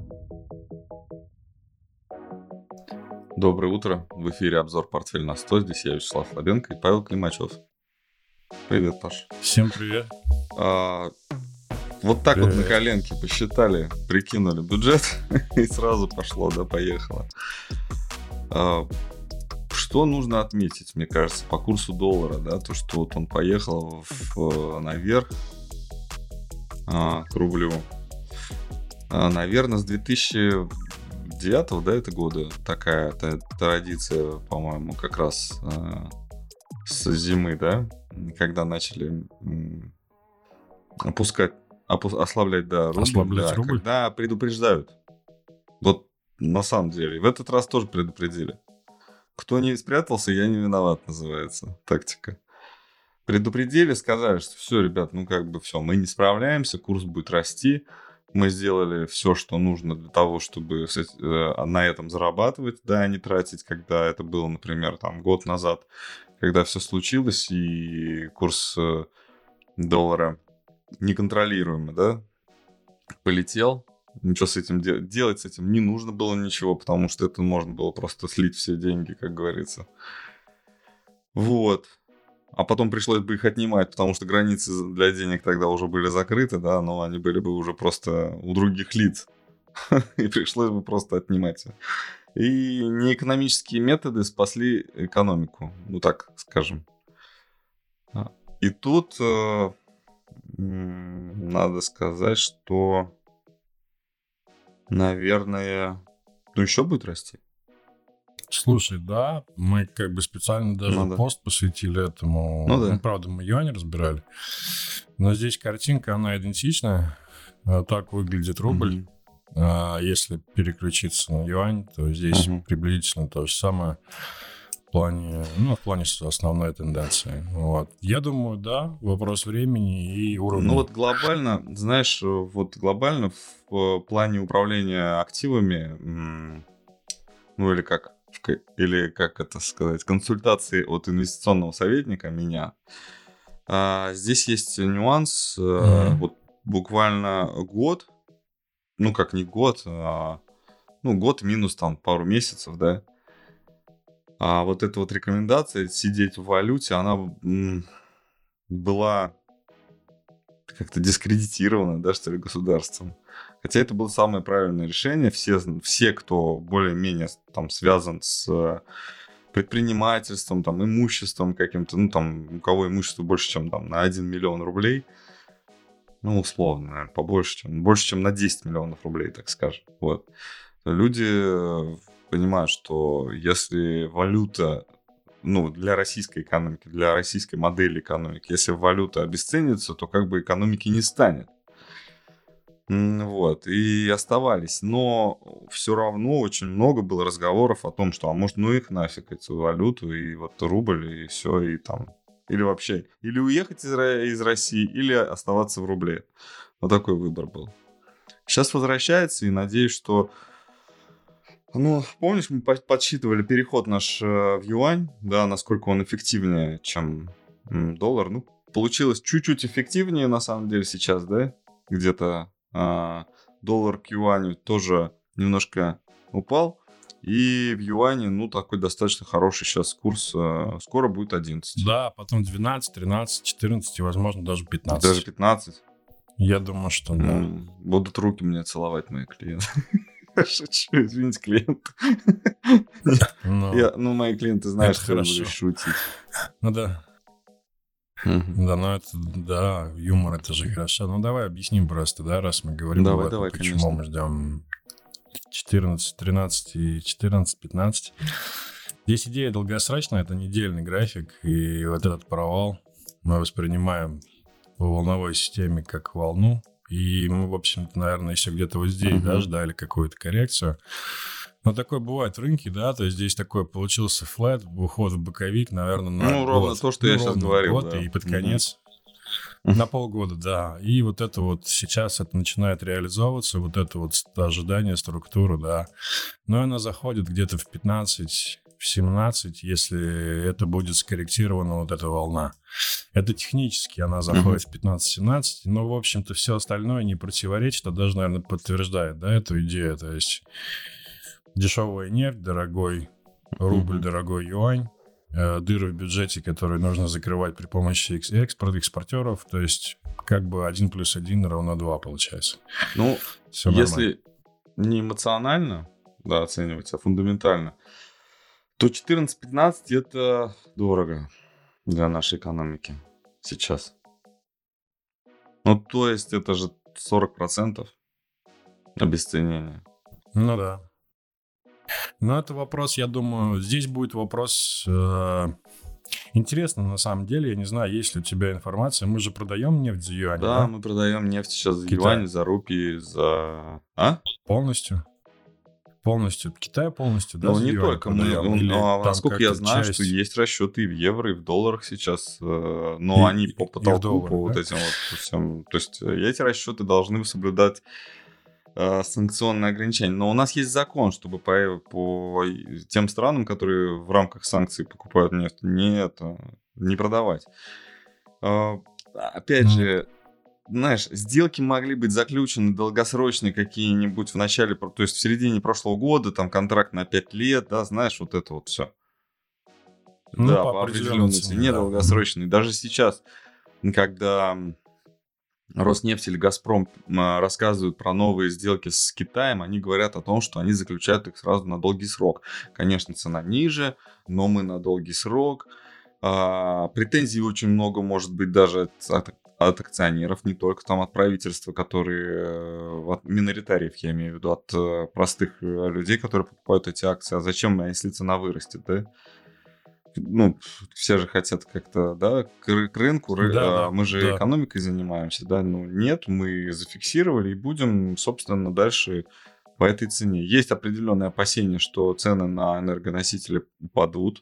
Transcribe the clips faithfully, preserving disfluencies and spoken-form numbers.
Доброе утро. В эфире обзор «Портфель на сто». Здесь я, Вячеслав Лобенко, и Павел Климачев. Привет, Паш. Всем привет. А, вот так Привет. вот на коленке посчитали, прикинули бюджет, и сразу пошло, да, поехало. А, что нужно отметить, мне кажется, по курсу доллара, да, то, что вот он поехал в, наверх а, к рублю. А, наверное, с две тысячи девятого, да, это года такая т- традиция, по-моему, как раз э, с зимы, да, когда начали м, опускать, опу- ослаблять, да, рубль, Ослаблять да, рубль? когда предупреждают. Вот на самом деле, в этот раз тоже предупредили. Кто не спрятался, я не виноват, называется тактика. Предупредили, сказали, что все, ребят, ну как бы все, мы не справляемся, курс будет расти. Мы сделали все, что нужно для того, чтобы с эт- э, на этом зарабатывать, да, а не тратить, когда это было, например, там год назад, когда все случилось и курс э, доллара неконтролируемо, да, полетел. Ничего с этим де- делать с этим не нужно было ничего, потому что это можно было просто слить все деньги, как говорится. Вот. А потом пришлось бы их отнимать, потому что границы для денег тогда уже были закрыты, да, но они были бы уже просто у других лиц. И пришлось бы просто отнимать. И неэкономические методы спасли экономику, ну так скажем. А, И тут э, м, надо сказать, что, наверное, ну еще будет расти. Слушай, да, мы как бы специально даже Ну да. пост посвятили этому. Ну да. Ну, правда, мы юань разбирали. Но здесь картинка, она идентичная. А, Так выглядит рубль. Мгм. А если переключиться на юань, то здесь Мгм. приблизительно то же самое в плане, ну, в плане основной тенденции. Вот. Я думаю, да, вопрос времени и уровня. Ну вот глобально, знаешь, э, вот глобально в э, плане управления активами, м, ну или как, в ка- или как это сказать, консультации от инвестиционного советника меня, а, здесь есть нюанс, э, Мгм. вот буквально год, ну как не год, а, ну год минус там пару месяцев, да, а вот эта вот рекомендация сидеть в валюте, она м, была как-то дискредитировано, да, что ли, государством. Хотя это было самое правильное решение. Все, зн- все кто более-менее с- там связан с э, предпринимательством, там, имуществом каким-то, ну, там, у кого имущество больше, чем там на один миллион рублей, ну, условно, наверное, побольше, чем, больше, чем на десять миллионов рублей, так скажем. Вот. Люди э, понимают, что если валюта, ну, для российской экономики, для российской модели экономики, если валюта обесценится, то как бы экономики не станет. М, Вот, и оставались. Но все равно очень много было разговоров о том, что, а может, ну их нафиг, эту валюту, и вот рубль, и все, и там. Или вообще, или уехать из, Ро- из России, или оставаться в рубле. Вот такой выбор был. Сейчас возвращается, и надеюсь, что... Ну, помнишь, мы по- подсчитывали переход наш э, в юань, да, насколько он эффективнее, чем м, доллар. Ну, получилось чуть-чуть эффективнее, на самом деле, сейчас, да? Где-то а, доллар к юаню тоже немножко упал. И в юане, ну, такой достаточно хороший сейчас курс. э, скоро будет одиннадцать. Да, потом двенадцать, тринадцать, четырнадцать и, возможно, даже Даже пятнадцать. пятнадцать. Я думаю, что да. М, Будут руки мне целовать мои клиенты. Шучу, извините, клиент. Ну, Я, ну, мои клиенты знают, это что я люблю хорошо. шутить. Ну да. Мгм. Да, ну это, да, юмор это же хорошо. Ну давай объясним просто, да, раз мы говорим Давай, об этом, давай, почему конечно. мы ждем четырнадцать, тринадцать и четырнадцать, пятнадцать. Здесь идея долгосрочная, это недельный график, и вот этот провал мы воспринимаем по волновой системе как волну, и мы, в общем-то, наверное, еще где-то вот здесь, да, Мгм. ждали какую-то коррекцию. Но такое бывает в рынке, да, то есть здесь такой получился флэт, уход в боковик, наверное, на Ну, год. ровно то, что ну, я сейчас ровно говорил, год, да. и под Мгм. конец на полгода, да. И вот это вот сейчас это начинает реализовываться, вот это вот ожидание, структура, да. Но она заходит где-то в пятнадцать, в семнадцать, если это будет скорректирована вот эта волна. Это технически она заходит mm-hmm. в пятнадцать-семнадцать, но, в общем-то, все остальное не противоречит, а даже, наверное, подтверждает, да, эту идею. То есть дешевая нефть, дорогой рубль, mm-hmm. дорогой юань, э, дыры в бюджете, которые нужно закрывать при помощи экспорта, экспортеров, то есть как бы один плюс один равно два получается. Ну, все если не эмоционально, да, оценивать, а фундаментально, то четырнадцать-пятнадцать это дорого для нашей экономики сейчас. Ну, то есть это же сорок процентов обесценения. Ну да. Но это вопрос, я думаю, здесь будет вопрос э, интересно на самом деле. Я не знаю, есть ли у тебя информация. Мы же продаем нефть за юань, да? Да, мы продаем нефть сейчас за юань, за рупии, за... А? Полностью? Полностью. Китай полностью, да? Ну, не только. Мы, а, насколько я знаю, часть... что есть расчеты и в евро, и в долларах сейчас, но и, они по потолку, доллар, по да? вот этим вот всем. То есть эти расчеты должны соблюдать э, санкционные ограничения. Но у нас есть закон, чтобы по, по тем странам, которые в рамках санкций покупают нефть, не, это, не продавать. Э, опять mm. же, знаешь, сделки могли быть заключены долгосрочные какие-нибудь в начале, то есть в середине прошлого года, там контракт на пять лет, да, знаешь, вот это вот все. Ну, да, по, по определенной цене, да. долгосрочные. Даже сейчас, когда Роснефть или Газпром рассказывают про новые сделки с Китаем, они говорят о том, что они заключают их сразу на долгий срок. Конечно, цена ниже, но мы на долгий срок. А, претензий очень много, может быть, даже от от акционеров, не только там от правительства, которые, от миноритариев, я имею в виду, от простых людей, которые покупают эти акции. А зачем, если цена вырастет, да? Ну, все же хотят как-то, да, к, к рынку, да, а мы же да. экономикой занимаемся, да, ну нет, мы зафиксировали и будем, собственно, дальше по этой цене. Есть определенные опасения, что цены на энергоносители упадут,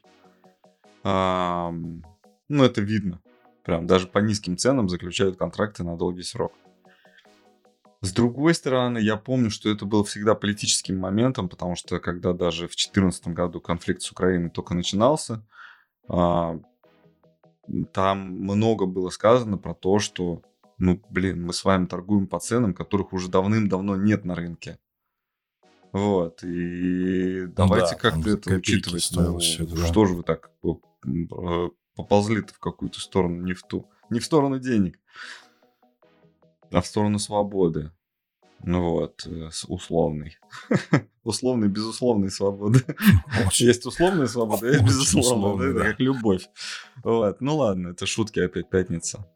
а, ну, это видно. Прям даже по низким ценам заключают контракты на долгий срок. С другой стороны, я помню, что это было всегда политическим моментом, потому что когда даже в две тысячи четырнадцатом году конфликт с Украиной только начинался, там много было сказано про то, что, ну, блин, мы с вами торгуем по ценам, которых уже давным-давно нет на рынке. Вот, и давайте ну, да, как-то это учитывать. Ну, это, да. Что же вы так... поползли-то в какую-то сторону, не в ту. Не в сторону денег, а в сторону свободы. Ну вот, условной. Условной, безусловной свободы. Есть условная свобода, есть безусловная, да, как любовь. Вот, ну ладно, это шутки опять, пятница.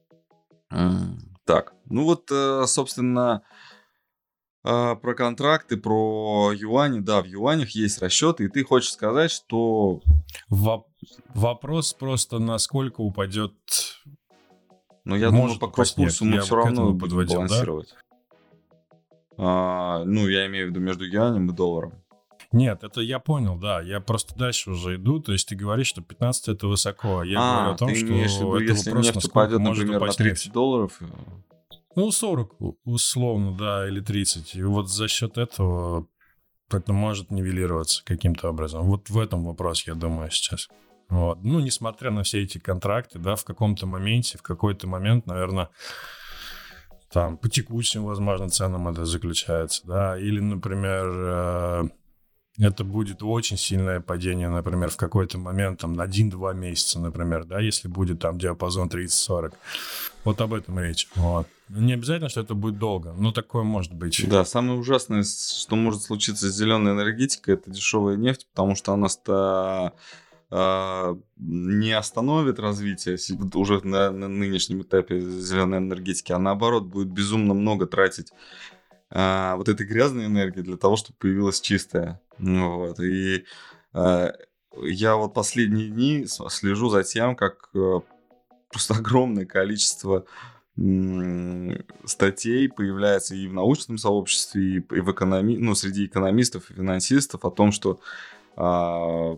Так, ну вот, собственно, про контракты, про юани. Да, в юанях есть расчеты, и ты хочешь сказать, что... Воп- вопрос просто, насколько упадет... Ну, я думаю, по кросс-курсу мы все равно будем подводил, балансировать. Да? А, ну, я имею в виду между юанем и долларом. Нет, это я понял, да. Я просто дальше уже иду. То есть ты говоришь, что пятнадцать это высоко. А я а, говорю о том, что виду, это если вопрос, нефть упадет, например, на тридцать долларов... Ну, сорок, условно, да, или тридцать. И вот за счет этого это может нивелироваться каким-то образом. Вот в этом вопрос, я думаю, сейчас. Вот. Ну, несмотря на все эти контракты, да, в каком-то моменте, в какой-то момент, наверное, там, по текущим, возможно, ценам это заключается, да, или, например, э, это будет очень сильное падение, например, в какой-то момент, там, на один-два месяца, например, да, если будет там диапазон тридцать-сорок. Вот об этом речь. Вот. Не обязательно, что это будет долго, но такое может быть. Да, самое ужасное, что может случиться с зеленой энергетикой, это дешевая нефть, потому что она ста... не остановит развитие уже на, на нынешнем этапе зеленой энергетики, а наоборот будет безумно много тратить а, вот этой грязной энергии для того, чтобы появилась чистая. Вот. И а, я вот последние дни слежу за тем, как а, просто огромное количество м- статей появляется и в научном сообществе, и, и в экономи... ну, среди экономистов и финансистов о том, что а,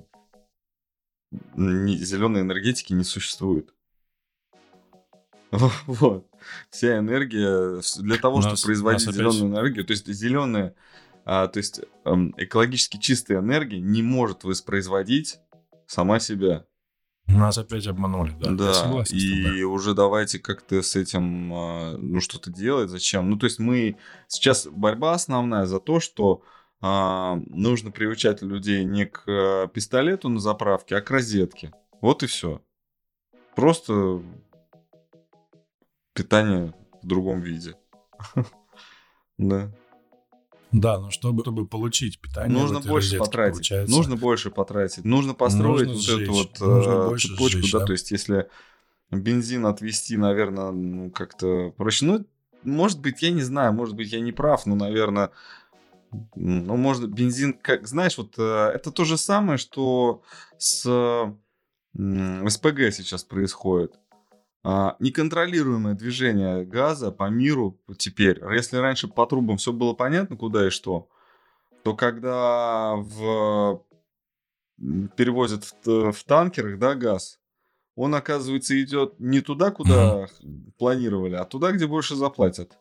зеленой энергетики не существует. Вот. Вся энергия для того, чтобы производить зеленую энергию, то есть зеленая А, то есть эм, экологически чистая энергия не может воспроизводить сама себя. Нас опять обманули, да. Я Да, согласен с тобой. и уже давайте как-то с этим, а, ну, что-то делать. Зачем? Ну, то есть мы... Сейчас борьба основная за то, что а, нужно приучать людей не к а, пистолету на заправке, а к розетке. Вот и все. Просто питание в другом виде. Да. Да, но чтобы, чтобы получить питание в Нужно этой больше розетке, потратить. получается, Нужно больше потратить. Нужно построить нужно вот эту сжечь, вот нужно э, больше цепочку, сжечь, да. да. То есть, если бензин отвезти, наверное, ну, как-то проще. Ну, может быть, я не знаю, может быть, я не прав, но, наверное, ну, может, бензин, как, знаешь, вот э, это то же самое, что с м, СПГ сейчас происходит. А, неконтролируемое движение газа по миру теперь. Если раньше по трубам все было понятно, куда и что, то когда в, м, перевозят в, т- в танкерах, да, газ, он, оказывается, идет не туда, Мгм. куда х- планировали, а туда, где больше заплатят.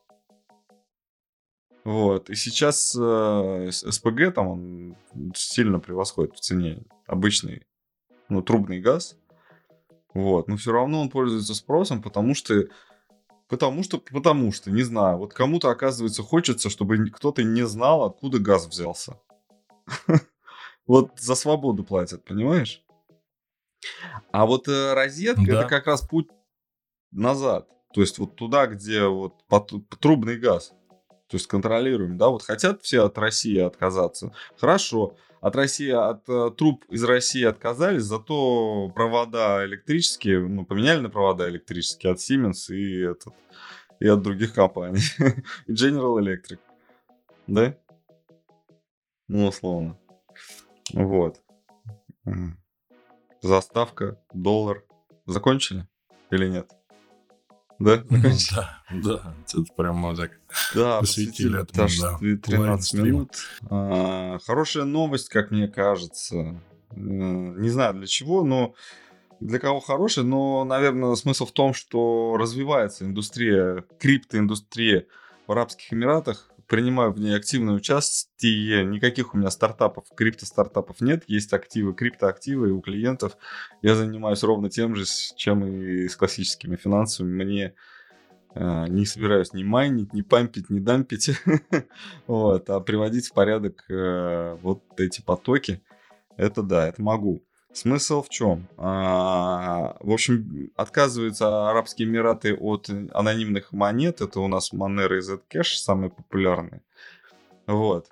Вот. И сейчас э, с- СПГ там он сильно превосходит в цене обычный, ну, трубный газ. Вот. Но все равно он пользуется спросом, потому что, потому что, потому что, не знаю, вот кому-то, оказывается, хочется, чтобы н- кто-то не знал, откуда газ взялся. Вот за свободу платят, понимаешь? А вот э, розетка это Да. как раз путь назад. То есть вот туда, где вот пот- трубный газ. То есть контролируем, да, вот хотят все от России отказаться. Хорошо, от России, от э, труб из России отказались, зато провода электрические, ну, поменяли на провода электрические от Siemens и, этот, и от других компаний. И General Electric, да? Ну, условно. Вот. М. Заставка, доллар. Закончили или нет? Да, закончили? Да, да, это прям мы так Да, посвятили посвятили этому, даже да, половину тринадцать стрима. минут. А, хорошая новость, как мне кажется. М, Не знаю для чего, но для кого хорошая, но, наверное, смысл в том, что развивается индустрия, криптоиндустрия в Арабских Эмиратах. Принимаю в ней активное участие. Никаких у меня стартапов, крипто-стартапов нет. Есть активы, криптоактивы у клиентов. Я занимаюсь ровно тем же, с чем и с классическими финансами. Мне а, не собираюсь ни майнить, ни пампить, ни дампить, вот, а приводить в порядок э, вот эти потоки. Это да, это могу. Смысл в чем? А, в общем, отказываются Арабские Эмираты от анонимных монет. Это у нас Monero и Zcash самые популярные. Вот.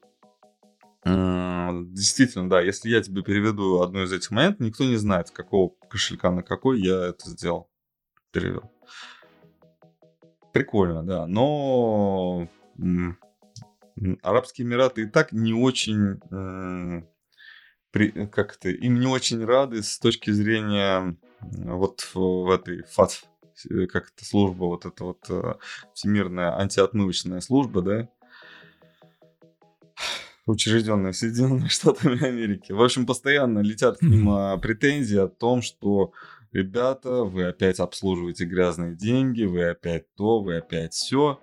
М, Действительно, да, если я тебе переведу одну из этих монет, никто не знает, с какого кошелька на какой я это сделал, перевел. Прикольно, да. Но м, м, Арабские Эмираты и так не очень, м, при- как это, им не очень рады с точки зрения м, вот в, в этой ФАТФ, э, как это служба, вот эта вот э, Всемирная антиотмывочная служба, да, учрежденная Соединенными Штатами Америки. В общем, постоянно летят к ним Мгм. а, претензии о том, что ребята, вы опять обслуживаете грязные деньги, вы опять то, вы опять все.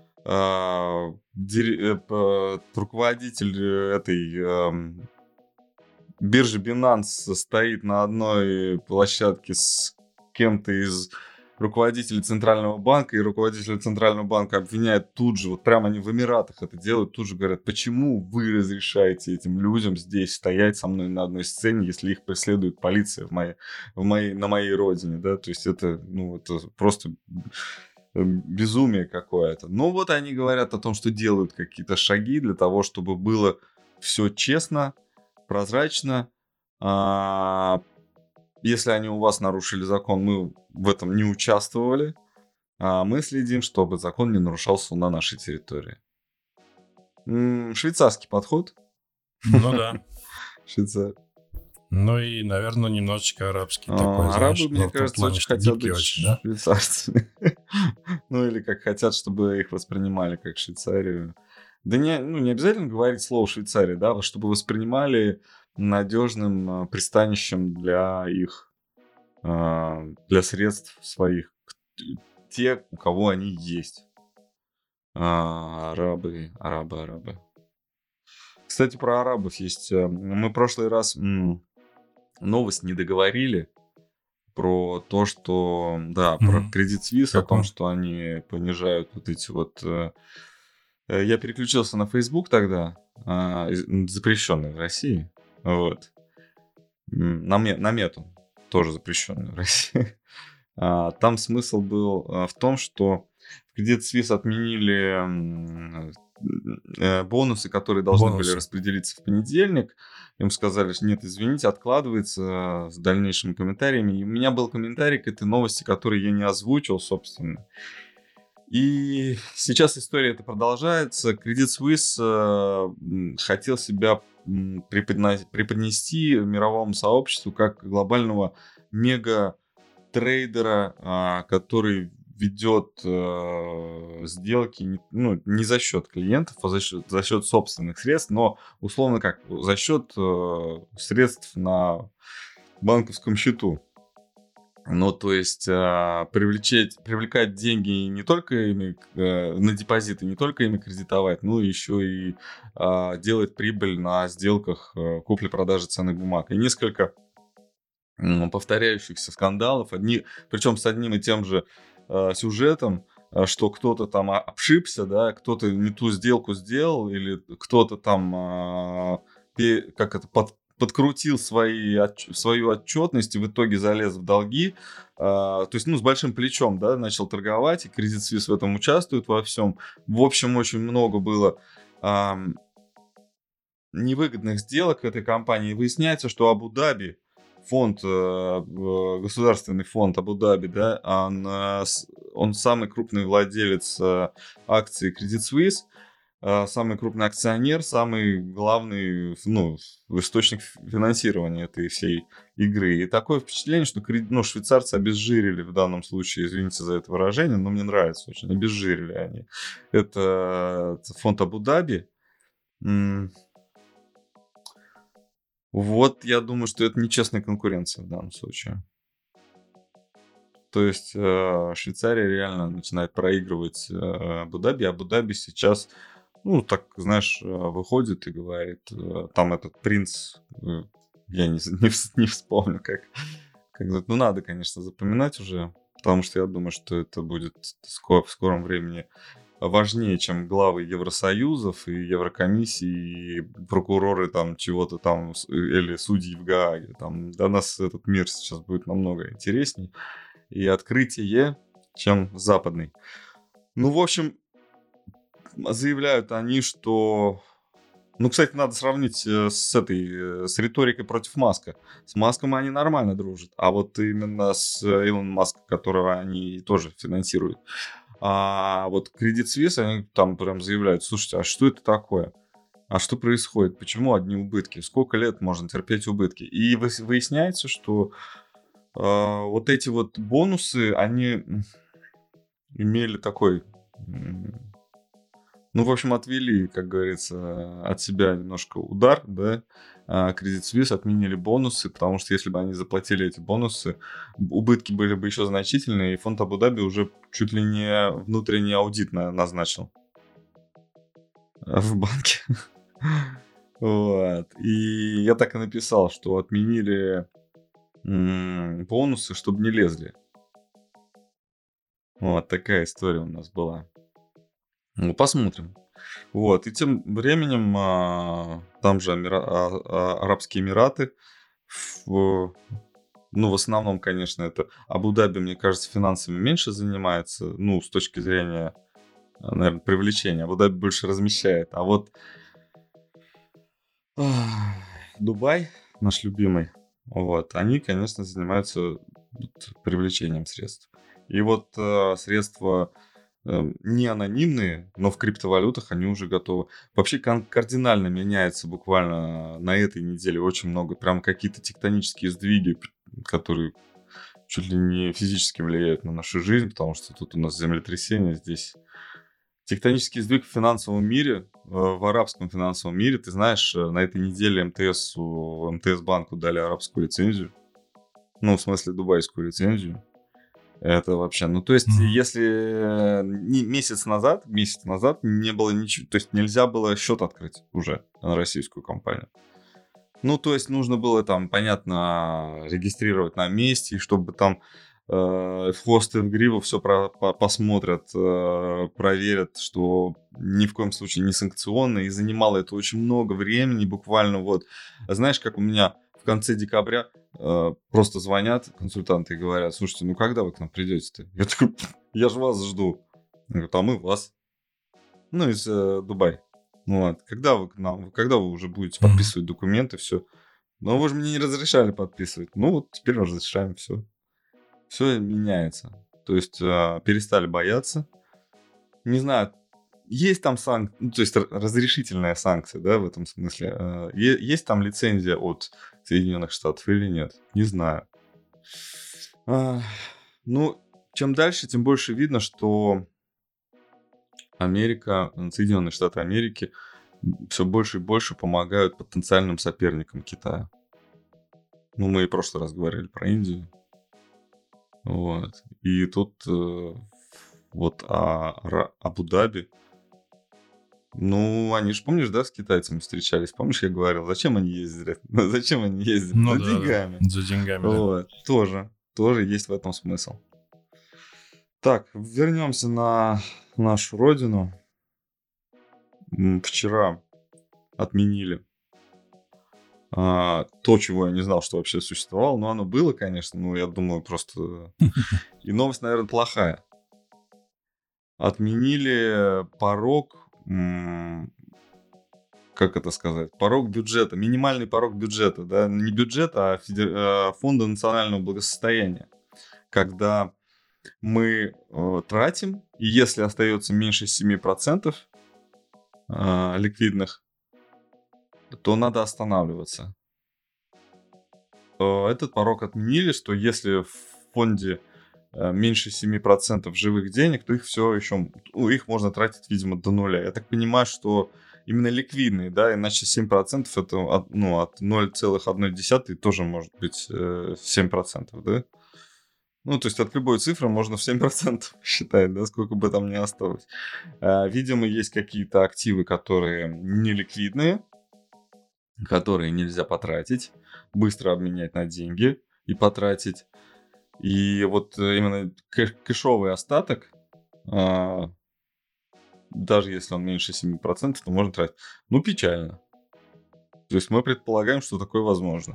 Руководитель э, этой эм, биржи Binance стоит на одной площадке с кем-то из руководителей Центрального банка, и руководитель Центрального банка обвиняет тут же, вот прямо они в Эмиратах это делают, тут же говорят, почему вы разрешаете этим людям здесь стоять со мной на одной сцене, если их преследует полиция в моей, в моей, на моей родине, да, то есть это, ну, это просто безумие какое-то. Но вот они говорят о том, что делают какие-то шаги для того, чтобы было все честно, прозрачно. А, Если они у вас нарушили закон, мы в этом не участвовали. А мы следим, чтобы закон не нарушался на нашей территории. М, Швейцарский подход. Ну да. Швейцар. Ну и, наверное, немножечко арабский такой, А, Арабы, знаешь, мне ну, в том кажется, плане, очень что хотят гибкий быть очень, да? швейцарцами. Ну, или как хотят, чтобы их воспринимали как Швейцарию. Да не, ну, не обязательно говорить слово Швейцария, да, вот чтобы воспринимали надежным а, пристанищем для их, а, для средств своих. Те, у кого они есть. А, арабы, арабы, арабы. Кстати, про арабов есть. э, Мы в прошлый раз м, новость не договорили про то, что, да, про Мгм. Credit Suisse, о том, Какой? что они понижают вот эти вот... э, э, Я переключился на Facebook тогда, а, из- м, запрещенный в России, вот. М, На, ме- на мету, тоже запрещенный в России. А, Там смысл был а, в том, что в Credit Suisse отменили м, э, бонусы, которые должны были Бонусы. распределиться в понедельник. Им сказали, что нет, извините, откладывается с дальнейшими комментариями. И у меня был комментарий к этой новости, который я не озвучил, собственно. И сейчас история эта продолжается. Credit Suisse э, м, хотел себя м, преподна- преподнести мировому сообществу как глобального мега трейдера, а, который ведет э, сделки не, ну, не за счет клиентов, а за счет, за счет собственных средств, но условно как за счет э, средств на банковском счету. Ну, то есть а, привлечать, привлекать деньги не только ими э, на депозиты, не только ими кредитовать, но еще и а, делать прибыль на сделках э, купли-продажи ценных бумаг. И несколько м, повторяющихся скандалов, одни, причем с одним и тем же э, сюжетом, э, что кто-то там о- обшибся, да, кто-то не ту сделку сделал, или кто-то там а, пе- как это под- подкрутил свои, отч- свою отчетность и в итоге залез в долги. А, то есть, ну, с большим плечом, да, начал торговать, и Credit Suisse в этом участвует во всем. В общем, очень много было ам, невыгодных сделок этой компании. Выясняется, что Абу-Даби, фонд, э, э, государственный фонд Абу-Даби, да, он, э, с- он самый крупный владелец э, акций Credit Suisse, э, самый крупный акционер, самый главный, ну, источник финансирования этой всей игры. И такое впечатление, что кредит- ну, швейцарцы обезжирили в данном случае, извините за это выражение, но мне нравится очень, обезжирили они. Это э, фонд Абу-Даби. М, Вот, я думаю, что это нечестная конкуренция в данном случае. То есть э, Швейцария реально начинает проигрывать э, Абу-Даби. Абу-Даби сейчас, ну, так, знаешь, э, выходит и говорит, э, там этот принц, э, я не, з- не, вс- не вспомню, как, как зовут. Ну, надо, конечно, запоминать уже, потому что я думаю, что это будет ско- в скором времени важнее, чем главы Евросоюзов и Еврокомиссии, и прокуроры там чего-то там, с- или судьи в Гааге. Там для нас этот мир сейчас будет намного интересней и открытие, чем западный. Ну, в общем, заявляют они, что... Ну, кстати, надо сравнить э, с этой, э, с риторикой против Маска. С Маском они нормально дружат, а вот именно с э, Илоном Маском, которого они тоже финансируют. А вот Credit Suisse, они там прям заявляют, слушайте, а что это такое? А что происходит? Почему одни убытки? Сколько лет можно терпеть убытки? И выс- выясняется, что а, вот эти вот бонусы, они м, имели такой... м, Ну, в общем, отвели, как говорится, от себя немножко удар, да. А, Credit Suisse отменили бонусы, потому что если бы они заплатили эти бонусы, убытки были бы еще значительные, и фонд Абу-Даби уже чуть ли не внутренний аудит на- назначил э, в банке. Вот. И я так и написал, что отменили м, бонусы, чтобы не лезли. Вот такая история у нас была. Ну, посмотрим. Вот, и тем временем а, там же Амира- а- а- Арабские Эмираты, в- ну, в основном, конечно, это Абу-Даби, мне кажется, финансами меньше занимается, ну, с точки зрения, наверное, привлечения. Абу-Даби больше размещает. А вот ах, Дубай, наш любимый, вот, они, конечно, занимаются вот привлечением средств. И вот э, средства эм, не анонимные, но в криптовалютах они уже готовы. Вообще кон- кардинально меняется буквально на этой неделе очень много. Прям какие-то тектонические сдвиги, п- которые чуть ли не физически влияют на нашу жизнь, потому что тут у нас землетрясение, здесь тектонический сдвиг в финансовом мире, э, в арабском финансовом мире. Ты знаешь, э, на этой неделе МТС, МТС банку дали арабскую лицензию. Ну, в смысле, дубайскую лицензию. Это вообще, ну, то есть, Мгм. если не- месяц назад, месяц назад не было ничего, то есть, нельзя было счет открыть уже на российскую компанию. Ну, то есть, нужно было там, понятно, регистрировать на месте, и чтобы там э, в хвост и в гриву все посмотрят, э, проверят, что ни в коем случае не санкционно, и занимало это очень много времени, буквально вот. Знаешь, как у меня в конце декабря э, просто звонят консультанты и говорят: слушайте, ну когда вы к нам придете-то? Я такой: я же вас жду. Я говорю: а мы вас. Ну, из э, Дубая. Ну вот, когда вы к нам, когда вы уже будете Мгм. подписывать документы, все. Но вы же мне не разрешали подписывать. Ну вот теперь разрешаем, все. Все меняется. То есть э, перестали бояться. Не знаю, есть там санкции, ну, то есть р- разрешительная санкция, да, в этом смысле. Э, е- есть там лицензия от Соединенных Штатов или нет? Не знаю. А, ну, чем дальше, тем больше видно, что Америка, м, Соединенные Штаты Америки все больше и больше помогают потенциальным соперникам Китая. Ну, мы и в прошлый раз говорили про Индию. Вот. И тут э, вот а, Ра- Абу-Даби, ну, они же, помнишь, да, с китайцами встречались? Помнишь, я говорил, зачем они ездили? Зачем они ездили? Ну За да, да. деньгами. За деньгами, да. Вот. Тоже, тоже есть в этом смысл. Так, вернемся на нашу родину. М, Вчера отменили а, то, чего я не знал, что вообще существовало. Но оно было, конечно. Ну, я думаю, просто... И новость, наверное, плохая. Отменили порог, м, как это сказать, порог бюджета, минимальный порог бюджета, да, не бюджета, а федер- а фонда национального благосостояния. Когда мы э, тратим, и если остается меньше семи процентов э, ликвидных, то надо останавливаться. Э, Этот порог отменили, что если в фонде э, меньше семи процентов живых денег, то их все еще, ну, их можно тратить, видимо, до нуля. Я так понимаю, что именно ликвидные, да, иначе семь процентов это от, ну, от ноль целых одна десятая тоже может быть э, семь процентов, да? Ну, то есть от любой цифры можно в семь процентов считать, да, сколько бы там ни осталось. А, видимо, есть какие-то активы, которые не ликвидные, которые нельзя потратить, быстро обменять на деньги и потратить. И вот э, именно кэш- кэшовый остаток, а, даже если он меньше семи процентов, то можно тратить. Ну, печально. То есть мы предполагаем, что такое возможно.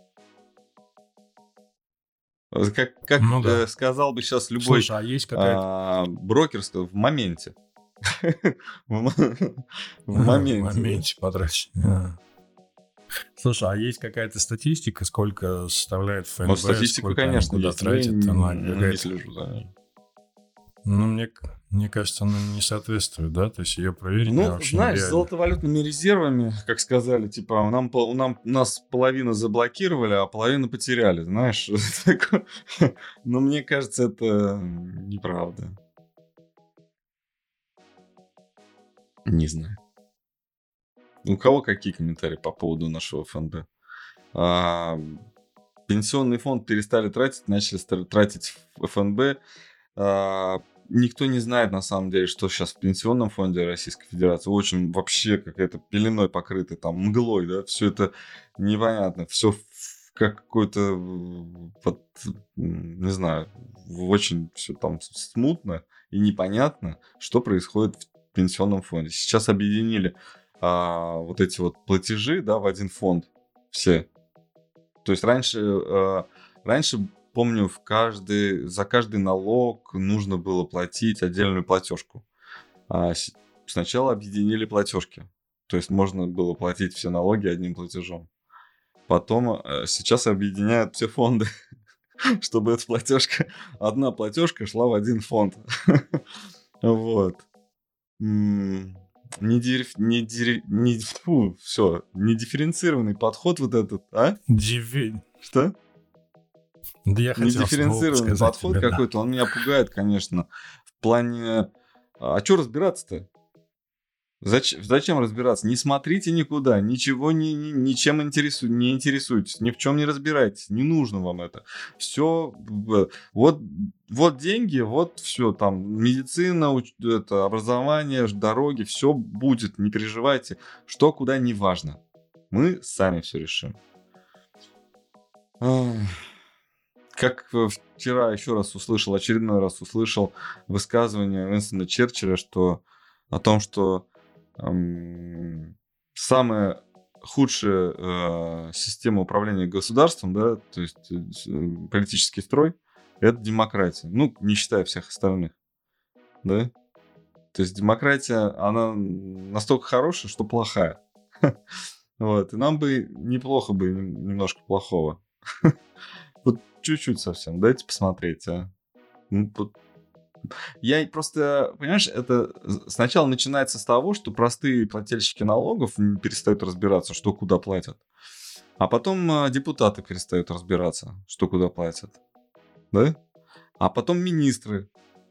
Вот Как, как Ну да. э, сказал бы сейчас любой Слушай, а есть какая-то... а, брокер, сказал, в моменте. В мо- в В моменте, да? моменте потрачь. А. Слушай, а есть какая-то статистика, сколько составляет Ну, ФНБ, статистика, сколько они конечно, куда есть, но я тратят? Она не не какая-то... слежу за ней. Ну, мне, к- мне кажется, она не соответствует, да? То есть ее проверить Ну, вообще знаешь, с нереально. золотовалютными резервами, как сказали, типа, нам, пол- нам, нас половину заблокировали, а половину потеряли, знаешь. Такое. Но мне кажется, это неправда. Не знаю. У кого какие комментарии по поводу нашего ФНБ? А, Пенсионный фонд перестали тратить, начали ста- тратить в ФНБ. А, Никто не знает, на самом деле, что сейчас в пенсионном фонде Российской Федерации. Очень вообще какая-то пеленой покрыто, там, мглой, да, все это непонятно. Все как какой-то, м, вот, м, не знаю, в- очень все там с- смутно и непонятно, что происходит в пенсионном фонде. Сейчас объединили а, вот эти вот платежи, да, в один фонд. Все. То есть раньше, э, раньше, помню, в каждый, за каждый налог нужно было платить отдельную платежку. А с- сначала объединили платежки. То есть можно было платить все налоги одним платежом. Потом э, сейчас объединяют все фонды, чтобы эта платежка, одна платежка шла в один фонд. Вот. М, Не, диф- не, дири- не, фу, все, не дифференцированный подход вот этот, а? Диви- Что? Да я хотел слово Недифференцированный подсказать подход тебе, да. какой-то, он меня пугает, конечно. В плане... А что разбираться-то? Зачем, зачем разбираться? Не смотрите никуда, ничего не, не, ничем интересу, не интересуйтесь, ни в чем не разбирайтесь, не нужно вам это. Все, вот, вот деньги, вот все, там, медицина, уч- это, образование, дороги, все будет, не переживайте, что, куда, не важно. Мы сами все решим. Ах. Как э, вчера еще раз услышал, очередной раз услышал высказывание Уинстона Черчилля, что о том, что эм, самая худшая э, система управления государством, да, то есть э, с- э, политический строй, это демократия. Ну, не считая всех остальных, да. То есть демократия, она настолько хорошая, что плохая. Вот, и нам бы неплохо бы нем- немножко плохого. Вот чуть-чуть совсем. Дайте посмотреть, а. Ну, вот. Я и просто, понимаешь, это з- сначала начинается с того, что простые плательщики налогов м, перестают разбираться, что куда платят. А потом а, депутаты перестают разбираться, что куда платят. Да? А потом министры.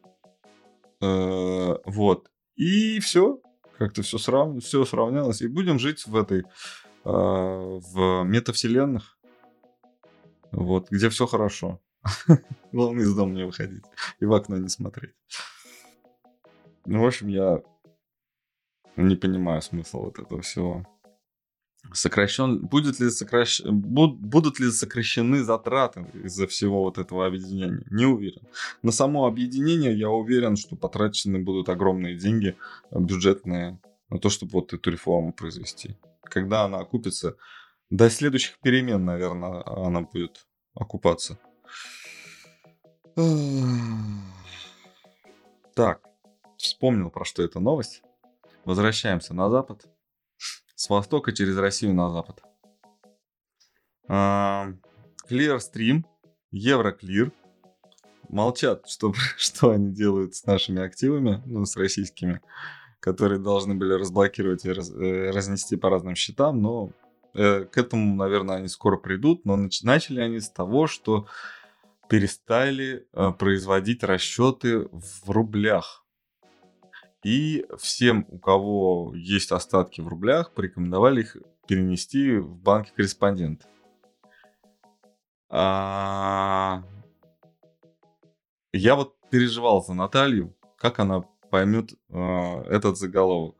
Э, вот. И все. Как-то все, срав... все сравнялось. И будем жить в этой, а, в метавселенных, вот, где все хорошо. Главное из дома не выходить и в окно не смотреть. Ну, в общем, я не понимаю смысла вот этого всего. Сокращен... Будет ли сокращ... буд- Будут ли сокращены затраты из-за всего вот этого объединения? Не уверен. На само объединение я уверен, что потрачены будут огромные деньги э, бюджетные на то, чтобы вот эту реформу произвести. Когда она окупится, до следующих перемен, наверное, она будет окупаться. Так, вспомнил, про что эта новость. Возвращаемся на запад. С востока через Россию на запад. А, Clearstream, Euroclear молчат, что, что они делают с нашими активами, ну, с российскими, которые должны были разблокировать и раз- э, разнести по разным счетам, но э, к этому, наверное, они скоро придут, но нач- начали они с того, что перестали э, производить расчеты в рублях. И всем, у кого есть остатки в рублях, порекомендовали их перенести в банки корреспондент. А, Я вот переживал за Наталью, как она поймет а, этот заголовок.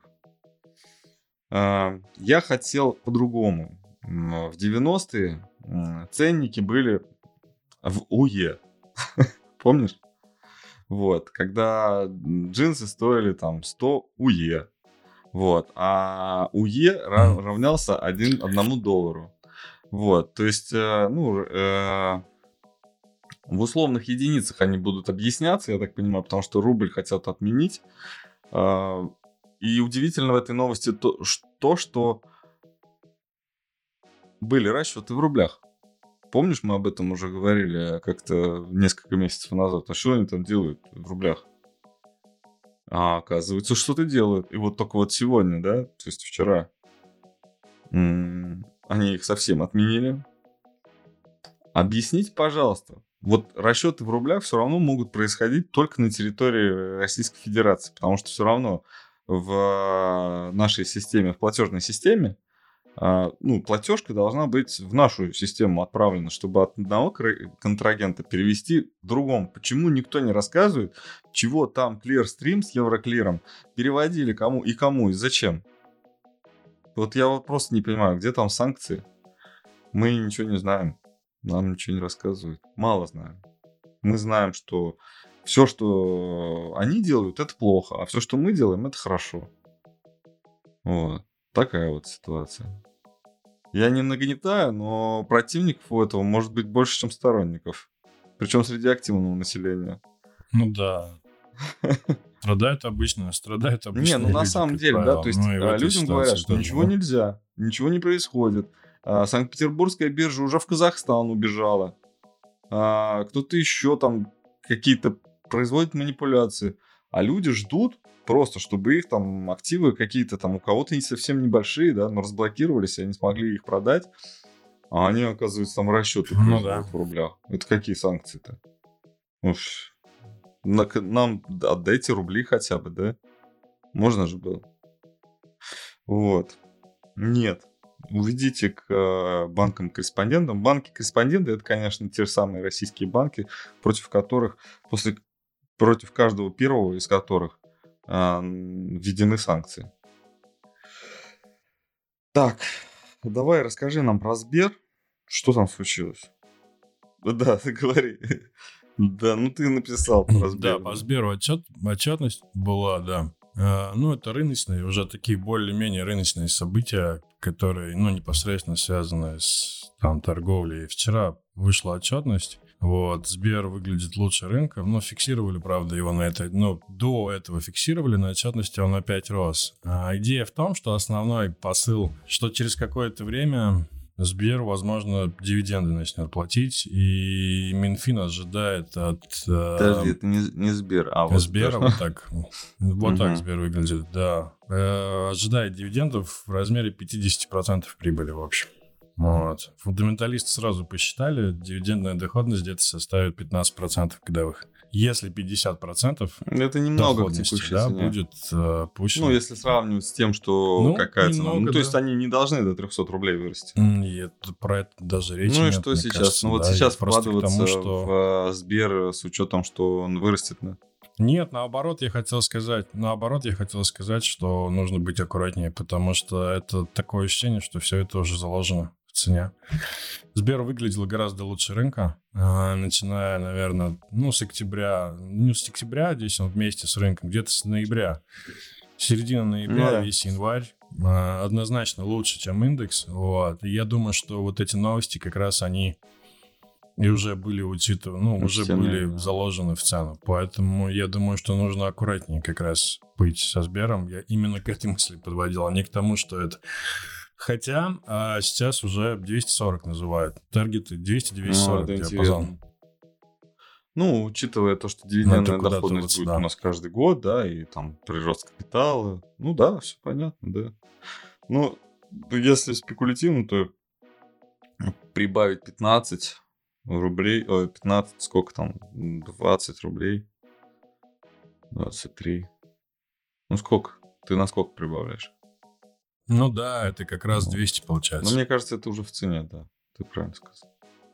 А, Я хотел по-другому. М, В девяностые м, ценники были в УЕ. Помнишь? Вот, когда м, джинсы стоили там сто УЕ. Вот, а УЕ ра- Мгм. равнялся один, одному доллару. Вот, то есть, э, ну, э, в условных единицах они будут объясняться, я так понимаю, потому что рубль хотят отменить. А, И удивительно в этой новости то, ш- то, что были расчеты в рублях. Помнишь, мы об этом уже говорили как-то несколько месяцев назад. А что они там делают в рублях? А оказывается, что-то делают. И вот только вот сегодня, да, то есть вчера, м, они их совсем отменили. Объясните, пожалуйста. Вот расчеты в рублях все равно могут происходить только на территории Российской Федерации, потому что все равно в нашей системе, в платежной системе, а, ну, платежка должна быть в нашу систему отправлена, чтобы от одного кра- контрагента перевести к другому. Почему никто не рассказывает, чего там Clearstream с Евроклиром переводили кому и кому и зачем? Вот я вот просто не понимаю, где там санкции? Мы ничего не знаем. Нам ничего не рассказывают. Мало знаем. Мы знаем, что все, что они делают, это плохо, а все, что мы делаем, это хорошо. Вот. Такая вот ситуация. Я не нагнетаю, но противников у этого может быть больше, чем сторонников. Причем среди активного населения. Ну да. Страдают обычно, страдают Не, ну обычные на люди, самом как деле, да, правило. то есть Ну и в а, этой людям говорят, ситуации что тоже, ничего да? нельзя, ничего не происходит. А, Санкт-Петербургская биржа уже в Казахстан убежала. А, кто-то еще там какие-то производит манипуляции. А люди ждут просто, чтобы их там активы какие-то там у кого-то не совсем небольшие, да, но разблокировались, и они смогли их продать. А они, оказывается, там расчеты Ну да. производят в рублях. Это какие санкции-то? Уф. На- Нам отдайте рубли хотя бы, да? Можно же было. Вот. Нет. Уведите к э, банкам-корреспондентам. Банки-корреспонденты — это, конечно, те же самые российские банки, против которых, после, против каждого первого из которых э, введены санкции. Так, давай расскажи нам про Сбер. Что там случилось? Да, ты говори. Да, ну ты написал про Сбер. Да, по Сберу отчет, отчетность была, да. А, ну, это рыночные, уже такие более-менее рыночные события, которые, ну, непосредственно связаны с там, торговлей. Вчера вышла отчетность. Вот, Сбер выглядит лучше рынка. Ну, фиксировали, правда, его на этой... Ну, до этого фиксировали, на отчетности он опять рос. А идея в том, что основной посыл, что через какое-то время Сбер, возможно, дивиденды начнет платить, и Минфин ожидает от... Подожди, это не, не Сбер, а вот Сбера, вот так. Вот так Сбер выглядит, да. Э, ожидает дивидендов в размере пятьдесят процентов прибыли, в общем. Вот. Фундаменталисты сразу посчитали, дивидендная доходность где-то составит пятнадцать процентов годовых. Если пятьдесят процентов это немного к текущей да, цене. будет э, пущено. Ну, если сравнивать с тем, что Ну, какая цена. немного, Ну, то да. есть они не должны до триста рублей вырасти. И это, про это даже речи Ну и нет, что мне сейчас? кажется, ну вот да. сейчас Я просто к вкладываться тому, что... в э, Сбер с учетом, что он вырастет, да? Нет, наоборот, я хотел сказать, наоборот, я хотел сказать, что нужно быть аккуратнее, потому что это такое ощущение, что все это уже заложено в цене. Сбер выглядел гораздо лучше рынка, начиная, наверное, ну, с октября, ну, с октября, здесь он вместе с рынком, где-то с ноября, середина ноября, Ну да. весь январь, однозначно лучше, чем индекс, вот, и я думаю, что вот эти новости как раз они и уже были учитываны, ну, уже Цены, были да. заложены в цену. Поэтому я думаю, что нужно аккуратнее как раз быть со Сбером. Я именно к этой мысли подводил, а не к тому, что это... Хотя а сейчас уже двести сорок называют. Таргеты двести двести сорок Ну, это диапазон. интересно. Ну, учитывая то, что Ну, дивидендная это куда-то доходность вот будет сюда. у нас каждый год, да, и там прирост капитала. Ну да, все понятно, да. Ну, если спекулятивно, то прибавить пятнадцать рублей, ой, пятнадцать, сколько там, двадцать рублей, двадцать три. Ну, сколько? Ты на сколько прибавляешь? Ну да, это как раз Ну, двести Ну, получается. мне кажется, это уже в цене, да. Ты правильно сказал.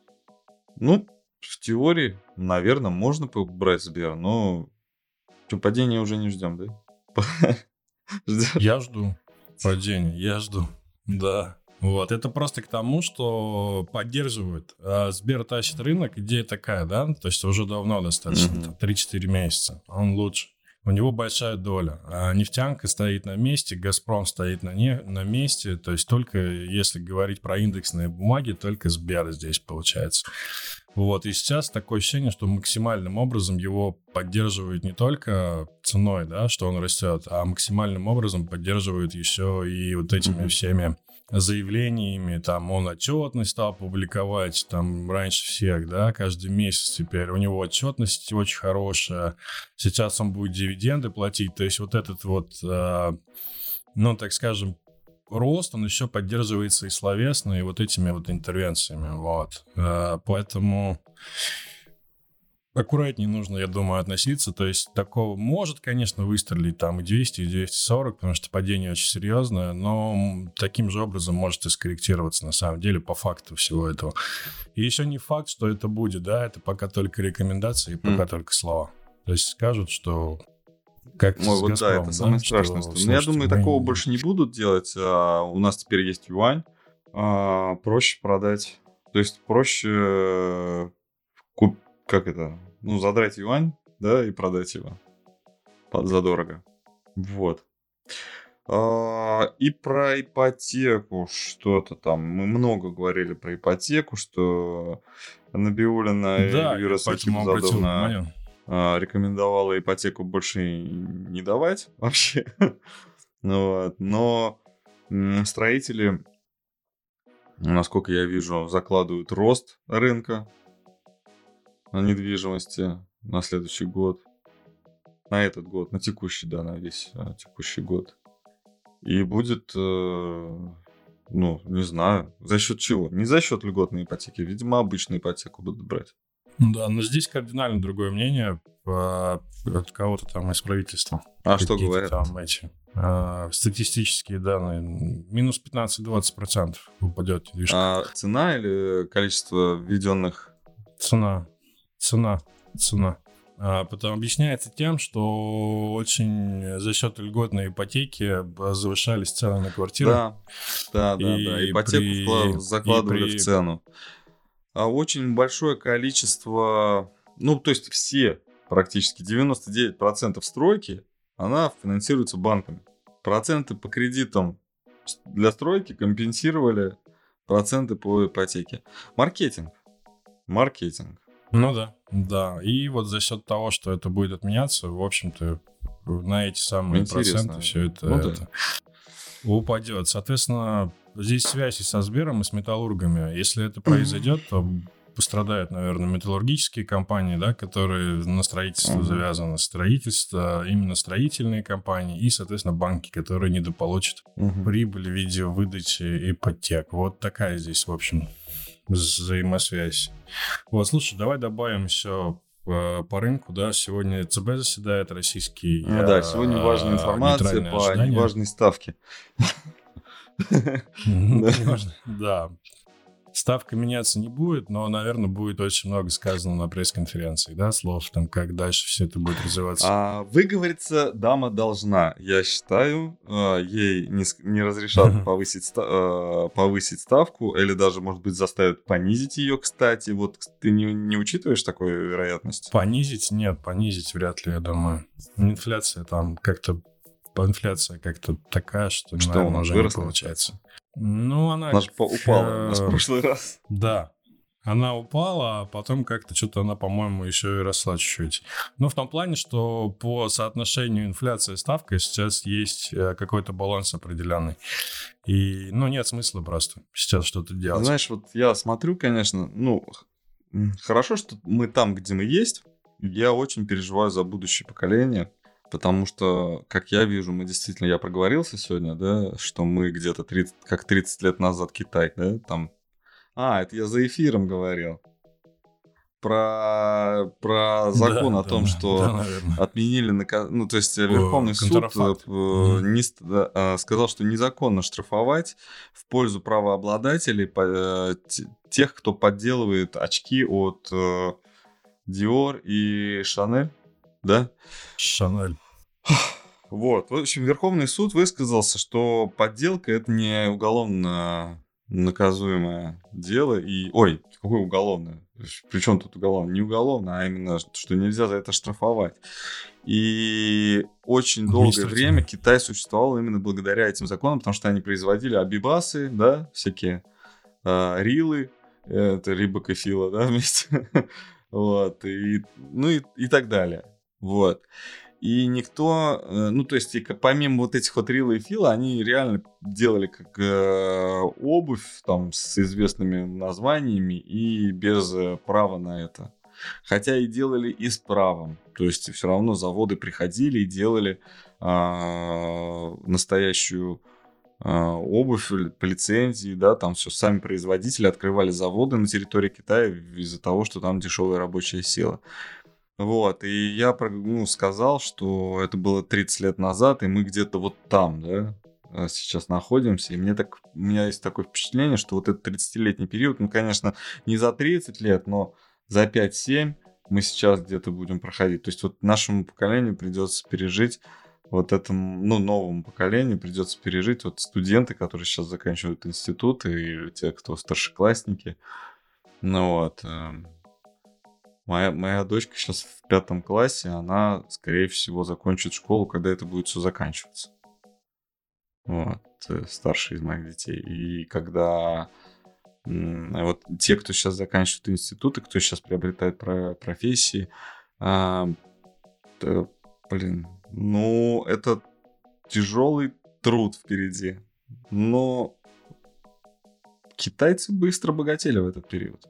Ну, в теории, наверное, можно брать Сбер, но что, падения уже не ждем, да? Ждем. Я жду падения, я жду, да. Вот, это просто к тому, что поддерживают. А Сбер тащит рынок, идея такая, да, то есть уже давно достаточно, Мгм. там, три-четыре месяца, он лучше. У него большая доля. А нефтянка стоит на месте, Газпром стоит на, не, на месте, то есть только, если говорить про индексные бумаги, только Сбер здесь получается. Вот, и сейчас такое ощущение, что максимальным образом его поддерживают не только ценой, да, что он растет, а максимальным образом поддерживают еще и вот этими Мгм. всеми заявлениями, там, он отчетность стал публиковать, там, раньше всех, да, каждый месяц теперь. У него отчетность очень хорошая. Сейчас он будет дивиденды платить. То есть вот этот вот, э, ну, так скажем, рост, он еще поддерживается и словесно, и вот этими вот интервенциями, вот. Э, поэтому... аккуратнее нужно, я думаю, относиться. То есть такого может, конечно, выстрелить там и двести, и двести сорок, потому что падение очень серьезное, но таким же образом может и скорректироваться на самом деле по факту всего этого. И еще не факт, что это будет, да, это пока только рекомендации, пока М. только слова. То есть скажут, что как Ой, с вот да, «Газпромом», это самое что, страшное. что- Но я слушайте, думаю, мы- такого больше не будут делать. а, У нас теперь есть юань. а, Проще продать. То есть проще э, куп- как это? Ну, задрать юань, да, и продать его под задорого. Вот. А, И про ипотеку что-то там. Мы много говорили про ипотеку, что Набиуллина и Да, Эльвира я поэтому обратил Сахибзадовна внимание. а, рекомендовала ипотеку больше не давать вообще. Ну вот. Но м, строители, насколько я вижу, закладывают рост рынка недвижимости на следующий год. На этот год, на текущий, да, на весь а, текущий год. И будет, э, ну, не знаю, за счет чего? Не за счет льготной ипотеки, видимо, обычную ипотеку будут брать. Да, но здесь кардинально другое мнение по, от кого-то там из правительства. А что говорят? Там эти а, статистические данные. Минус пятнадцать-двадцать процентов упадет недвижка. А цена или количество введенных? Цена. Цена. Цена. А, потом объясняется тем, что очень за счет льготной ипотеки завышались цены на квартиры. Да, да, да, И да. Ипотеку при- вкла- закладывали и при- в цену. А очень большое количество, ну, то есть все, практически девяносто девять процентов стройки, она финансируется банками. Проценты по кредитам для стройки компенсировали проценты по ипотеке. Маркетинг. Маркетинг. Ну да, да. И вот за счет того, что это будет отменяться, в общем-то, на эти самые Интересно. проценты все это, Ну да. это упадет. Соответственно, здесь связь и со Сбером, и с металлургами. Если это произойдет, то пострадают, наверное, металлургические компании, да, которые на строительство Мгм. завязаны. Строительство, именно строительные компании и, соответственно, банки, которые недополучат Мгм. прибыль в виде выдачи ипотек. Вот такая здесь, в общем, взаимосвязь. Вот, слушай, давай добавим еще по, по рынку, да, сегодня ЦБ заседает российский. Ну да, сегодня важная а, информация нейтральное по ожидание. неважной ставке. Мгм, Да. неважно, да. Ставка меняться не будет, но, наверное, будет очень много сказано на пресс-конференции, да, слов, там, как дальше все это будет развиваться. А выговориться дама должна. Я считаю, а, ей не, с- не разрешат Мгм. повысить, ста- а, повысить ставку, или даже, может быть, заставят понизить ее, кстати. Вот ты не, не учитываешь такую вероятность? Понизить? Нет, понизить вряд ли, я думаю. Инфляция там как-то... Инфляция как-то такая, что, Что, наверное, у нас уже выросла не получается. Ну, она... Она же по- упала у нас в э, прошлый раз. Да. Она упала, а потом как-то что-то она, по-моему, еще и росла чуть-чуть. Но в том плане, что по соотношению инфляции и ставка сейчас есть э, какой-то баланс определенный. И, ну, нет смысла просто сейчас что-то делать. Знаешь, вот я смотрю, конечно, ну, х- м, хорошо, что мы там, где мы есть. Я очень переживаю за будущее поколение, потому что, как я вижу, мы действительно, я проговорился сегодня, да, что мы где-то тридцать, как тридцать лет назад Китай, да, там. А, это я за эфиром говорил. Про, про закон Да, о да, том, да, что да, наверное. отменили, нака- ну, то есть э, Верховный суд э, контрафакт. п- Мгм. не ст- да, а, сказал, что незаконно штрафовать в пользу правообладателей по- э, те- тех, кто подделывает очки от э, Dior и Chanel, да? Шанель. Вот, в общем, Верховный суд высказался, что подделка — это не уголовно наказуемое дело. И... Ой, какое уголовное? Причем тут уголовное? Не уголовно, а именно, что нельзя за это штрафовать. И очень долгое Административно. время Китай существовал именно благодаря этим законам, потому что они производили абибасы, да, всякие а, рилы, это Рибок и Фила, да, вместе. Вот, и, ну и, и так далее. Вот. И никто, э, ну, то есть, и к- помимо вот этих вот Рила и Фила, они реально делали как э, обувь там с известными названиями и без э, права на это. Хотя и делали и с правом. То есть, все равно заводы приходили и делали а, настоящую а, обувь или по лицензии, да, там все, сами производители открывали заводы на территории Китая из-за того, что там дешевая рабочая сила. Вот, и я про- ну, сказал, что это было тридцать лет назад, и мы где-то вот там, да, а, сейчас находимся. И мне так, у меня есть такое впечатление, что вот этот тридцатилетний период, ну, конечно, не за тридцать лет, но за пять-семь мы сейчас где-то будем проходить. То есть вот нашему поколению придется пережить, вот этому, ну, новому поколению придется пережить вот студенты, которые сейчас заканчивают институты, и те, кто старшеклассники. Ну вот. эм, Моя, моя дочка сейчас в пятом классе, она, скорее всего, закончит школу, когда это будет все заканчиваться. Вот, э, старший из моих детей. И когда м, вот те, кто сейчас заканчивает институты, кто сейчас приобретает про- профессии, а, т- блин, ну, это тяжелый труд впереди. Но китайцы быстро богатели в этот период.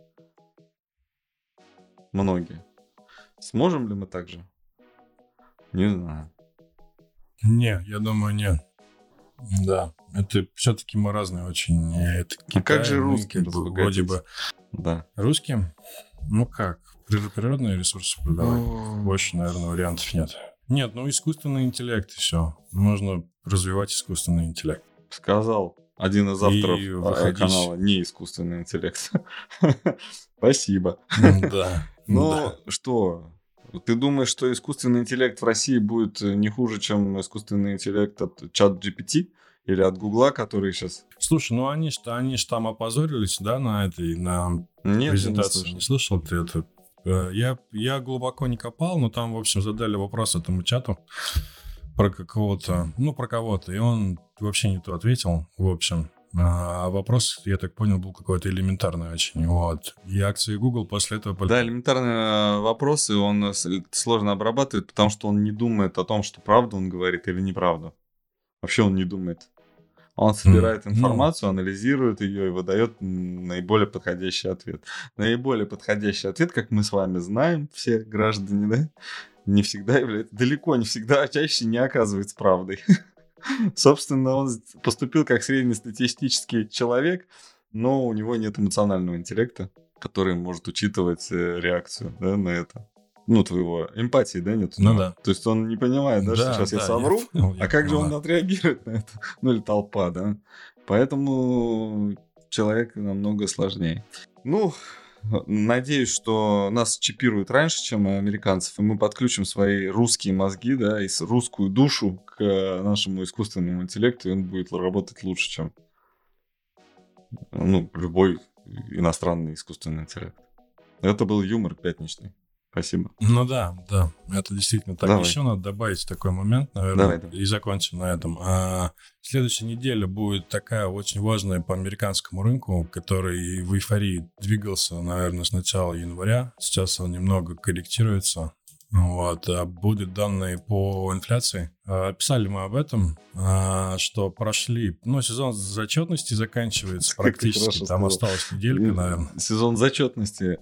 Многие. Сможем ли мы так же? Не знаю. Не, я думаю, нет. Да, это все-таки мы разные очень. Это А как Китай, же мы русские как бы разбогатеть? вроде бы Да. русским. Ну как, природные ресурсы продавать? Больше, наверное, вариантов нет. Нет, ну искусственный интеллект и все. Можно развивать искусственный интеллект. Сказал один из авторов канала «Не искусственный интеллект». Спасибо. Да. Ну что, ты думаешь, что искусственный интеллект в России будет не хуже, чем искусственный интеллект от чат джи пи ти или от Гугла, который сейчас... Слушай, ну они ж они ж там опозорились, да, на этой, на Нет, презентации. Не, не слышал ты это? Я, я глубоко не копал, но там, в общем, задали вопрос этому чату про какого-то, ну, про кого-то, и он вообще не то ответил, в общем. А вопрос, я так понял, был какой-то элементарный очень, вот. И акции Google после этого... Да, элементарные вопросы он сложно обрабатывает, потому что он не думает о том, что правду он говорит или неправду. Вообще он не думает. Он собирает информацию, анализирует ее и выдает наиболее подходящий ответ. Наиболее подходящий ответ, как мы с вами знаем, все граждане, да, не всегда является, далеко не всегда, а чаще не оказывается правдой. Собственно, он поступил как среднестатистический человек, но у него нет эмоционального интеллекта, который может учитывать реакцию, да, на это. Ну, твоего эмпатии, да, нет? Ну да. То есть он не понимает, да, да что сейчас да, я совру, я понял, а я как понял. же он отреагирует на это? Ну, или толпа, да? Поэтому человек намного сложнее. Ну, надеюсь, что нас чипируют раньше, чем американцев, и мы подключим свои русские мозги, да, и русскую душу к нашему искусственному интеллекту, и он будет работать лучше, чем, ну, любой иностранный искусственный интеллект. Это был юмор пятничный. Спасибо. Ну да, да, это действительно так. Давай. Еще надо добавить такой момент, наверное, Давай, давай. и закончим на этом. А, следующая неделя будет такая очень важная по американскому рынку, который в эйфории двигался, наверное, с начала января. Сейчас он немного корректируется. Вот, а будут данные по инфляции. А, писали мы об этом, а, что прошли, ну, сезон зачетности заканчивается практически, там осталась неделька, наверное. Сезон зачетности.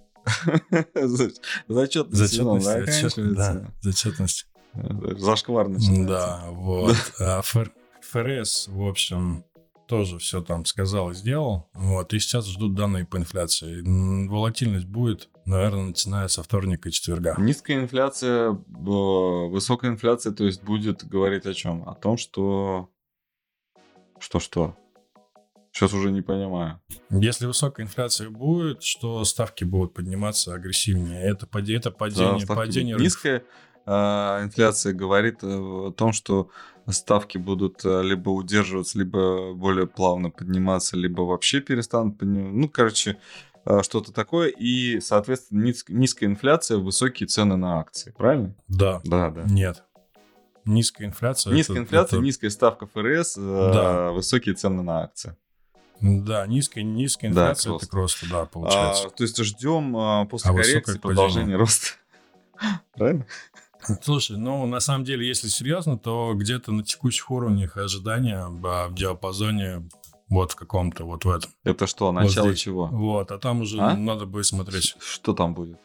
Зачетность сезон заканчивается. Да, зачетность. Зашквар начинается. Да, вот. А ФР, ФРС, в общем, тоже все там сказал и сделал. Вот. И сейчас ждут данные по инфляции. Волатильность будет, наверное, начиная со вторника и четверга. Низкая инфляция, высокая инфляция, то есть будет говорить о чем? О том, что... Что-что? Сейчас уже не понимаю. Если высокая инфляция будет, что ставки будут подниматься агрессивнее. Это, падение, это падение, да, падение низкая э, инфляция говорит о том, что ставки будут либо удерживаться, либо более плавно подниматься, либо вообще перестанут подниматься. Ну, короче, э, что-то такое. И, соответственно, низ, низкая инфляция, высокие цены на акции. Правильно? Да. Да, да. Нет. Низкая инфляция. Низкая это, инфляция, это... низкая ставка ФРС, э, да. высокие цены на акции. Да, низкая, низкая инфляция, да, это просто, да, получается. А, то есть ждем а, после а коррекции продолжения роста. Правильно? Слушай, ну, на самом деле, если серьезно, то где-то на текущих уровнях ожидания в диапазоне вот в каком-то, вот в этом. Это что, начало вот чего? Вот, а там уже а? надо будет смотреть. Что там будет?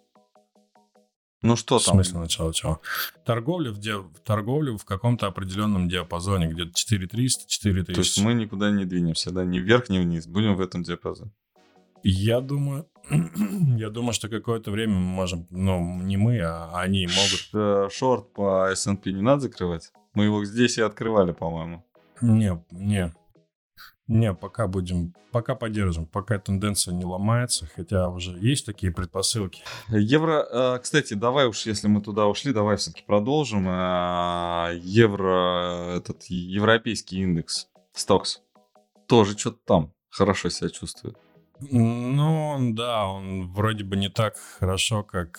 Ну что в там? В смысле начало чего? Торговля в, ди... торговля в каком-то определенном диапазоне, где-то четыре триста - четыре тысячи. То есть мы никуда не двинемся, да? Ни вверх, ни вниз. Будем в этом диапазоне. Я думаю, я думаю, что какое-то время мы можем, ну, не мы, а они могут. Шорт по эс энд пи не надо закрывать? Мы его здесь и открывали, по-моему. Не, не. Не, пока будем, пока поддержим, пока тенденция не ломается, хотя уже есть такие предпосылки. Евро, кстати, давай уж, если мы туда ушли, давай все-таки продолжим. Евро, этот европейский индекс, Стокс, тоже что-то там хорошо себя чувствует. Ну, да, он вроде бы не так хорошо, как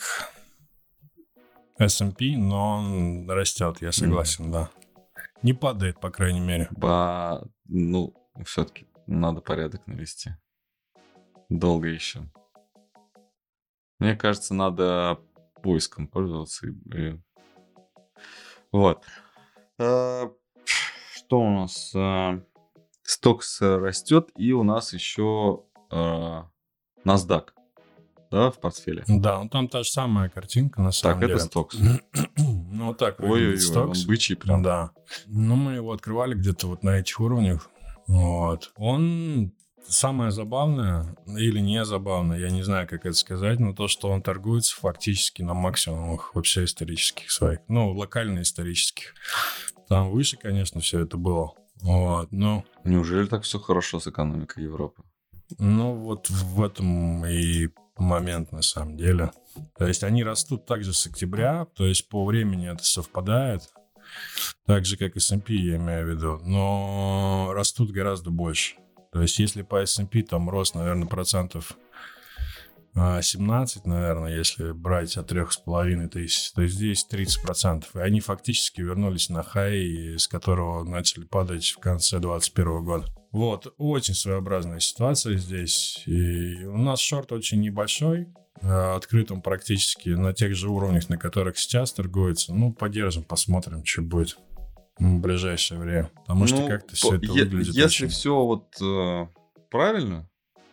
эс энд пи, но он растет, я согласен, mm. да. Не падает, по крайней мере. Ба, ну... Все-таки надо порядок навести. Долго еще. Мне кажется, надо поиском пользоваться. И... Вот. А, что у нас? А, Стокс растет, и у нас еще а, NASDAQ. Да, в портфеле. Да, ну там та же самая картинка, на самом так, деле. Так, это Стокс. Ну, вот так выглядит Стокс. Он бычий прям. Да. Ну, мы его открывали где-то вот на этих уровнях. Вот. Он самое забавное или не забавное, я не знаю, как это сказать, но то, что он торгуется фактически на максимумах вообще исторических своих, ну, локально-исторических. Там выше, конечно, все это было. Вот, но... Неужели так все хорошо с экономикой Европы? Ну, вот в этом и момент, на самом деле. То есть они растут также с октября, то есть по времени это совпадает, так же, как эс энд пи, я имею в виду, но растут гораздо больше. То есть если по эс энд пи там рост, наверное, процентов семнадцать, наверное, если брать от трех с половиной тысяч, то здесь тридцать процентов. И они фактически вернулись на хай, с которого начали падать в конце двадцать первого года. Вот, очень своеобразная ситуация здесь. И у нас шорт очень небольшой, открыт он практически на тех же уровнях, на которых сейчас торгуется. Ну, подержим, посмотрим, что будет в ближайшее время. Потому ну, что как-то все это е- выглядит Если очень... все вот э, правильно,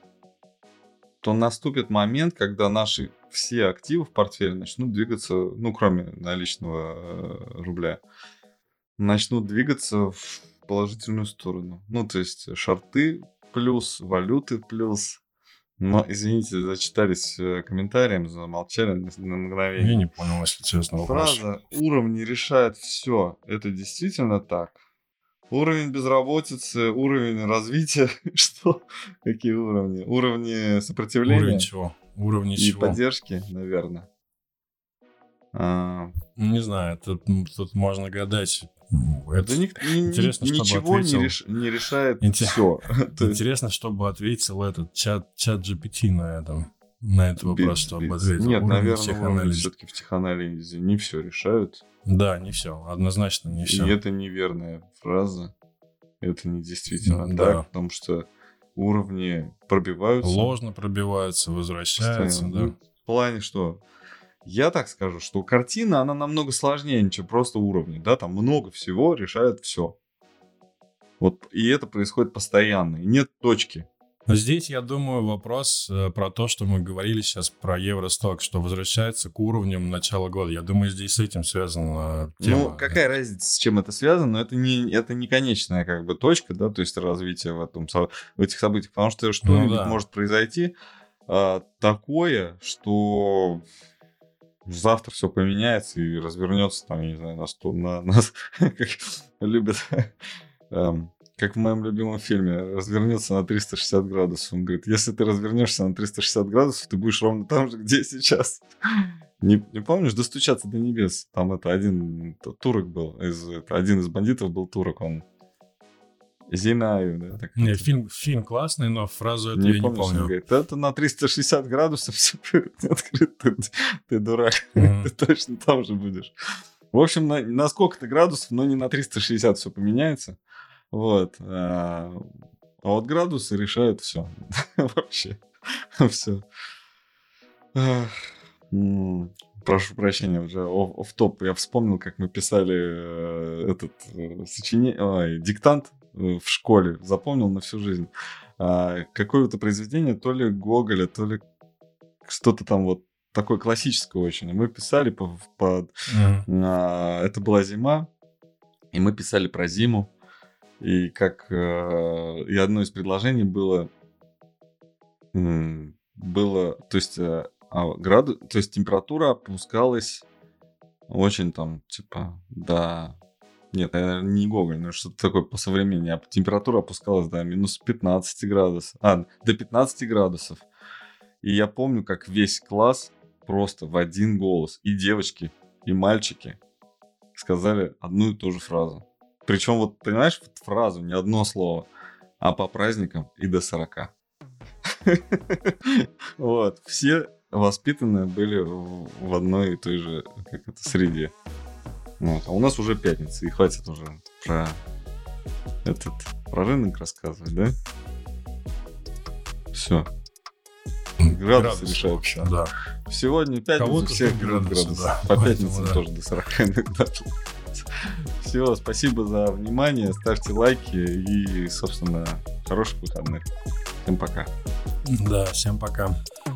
то наступит момент, когда наши все активы в портфеле начнут двигаться, ну, кроме наличного э, рубля, начнут двигаться в положительную сторону. Ну, то есть шорты плюс, валюты плюс. Но, извините, зачитались комментарием, замолчали на, на мгновение. Я не понял, если честно, вопрос. Фраза «уровни решают все». Это действительно так? Уровень безработицы, уровень развития, что? Какие уровни? Уровни сопротивления? Уровень чего? Уровни и чего? поддержки, наверное. А... Не знаю, тут, тут можно гадать. Это да ни, интересно, ни, чтобы ничего ответил... не, реш, не решает Интер... все. Интересно, чтобы ответил этот чат, чат джи пи ти на этом. На этот вопрос, чтобы ответил. Нет, уровень наверное, все-таки в теханализе не все решают. Да, не все, однозначно не все. И это неверная фраза. Это не действительно да. так, потому что уровни пробиваются. Ложно пробиваются, возвращаются, да. Ну, в плане, что... Я так скажу, что картина, она намного сложнее, чем просто уровни. Да, там много всего решает все. Вот, и это происходит постоянно. И нет точки. Но здесь, я думаю, вопрос э, про то, что мы говорили сейчас про Евросток, что возвращается к уровням начала года. Я думаю, здесь с этим связана тема. Ну, какая разница, с чем это связано? Но это не, это не конечная как бы точка, да, то есть развитие в, этом, в этих событиях. Потому что что-нибудь ну, да. может произойти а, такое, что... Завтра все поменяется и развернется там, я не знаю, на сто, на, на как любят, эм, как в моем любимом фильме, развернется на триста шестьдесят градусов. Он говорит, если ты развернешься на триста шестьдесят градусов, ты будешь ровно там же, где сейчас. Не, не помнишь, достучаться до небес? Там это один турок был, из, это, один из бандитов был турок, он Зинаю, да? Так не, фильм, фильм классный, но фразу эту не я помнишь, не помню. Он говорит, это на триста шестьдесят градусов все открыто, ты, ты дурак, mm-hmm. ты точно там же будешь. В общем, на, на сколько-то градусов, но не на триста шестьдесят все поменяется. Вот. А, а вот градусы решают все. Вообще. Все. Прошу прощения, уже офф-топ. Я вспомнил, как мы писали э, этот э, сочинение, ой, диктант в школе, запомнил на всю жизнь. А, какое-то произведение, то ли Гоголя, то ли что-то там вот такое классическое очень. Мы писали по... по mm. а, это была зима, и мы писали про зиму. И как... А, и одно из предложений было... М- было... То есть... А, граду... То есть температура опускалась очень там, типа, до... Нет, наверное, не Гоголь, но что-то такое по современнее. Температура опускалась до минус пятнадцать градусов. А, до пятнадцать градусов. И я помню, как весь класс просто в один голос, и девочки, и мальчики, сказали одну и ту же фразу. Причем, вот, понимаешь, вот фразу, не одно слово, а по праздникам и до сорока. Вот, все воспитанные были в одной и той же, как это, среде. Вот. А у нас уже пятница, и хватит уже про этот, про рынок рассказывать, да? Все. Градусы, градусы решают. Вообще, да. Сегодня пятница, всех градусы, градусы. Да. По пятницам да. тоже до сорока иногда. Все, спасибо за внимание, ставьте лайки и, собственно, хороших выходных. Всем пока. Да, всем пока.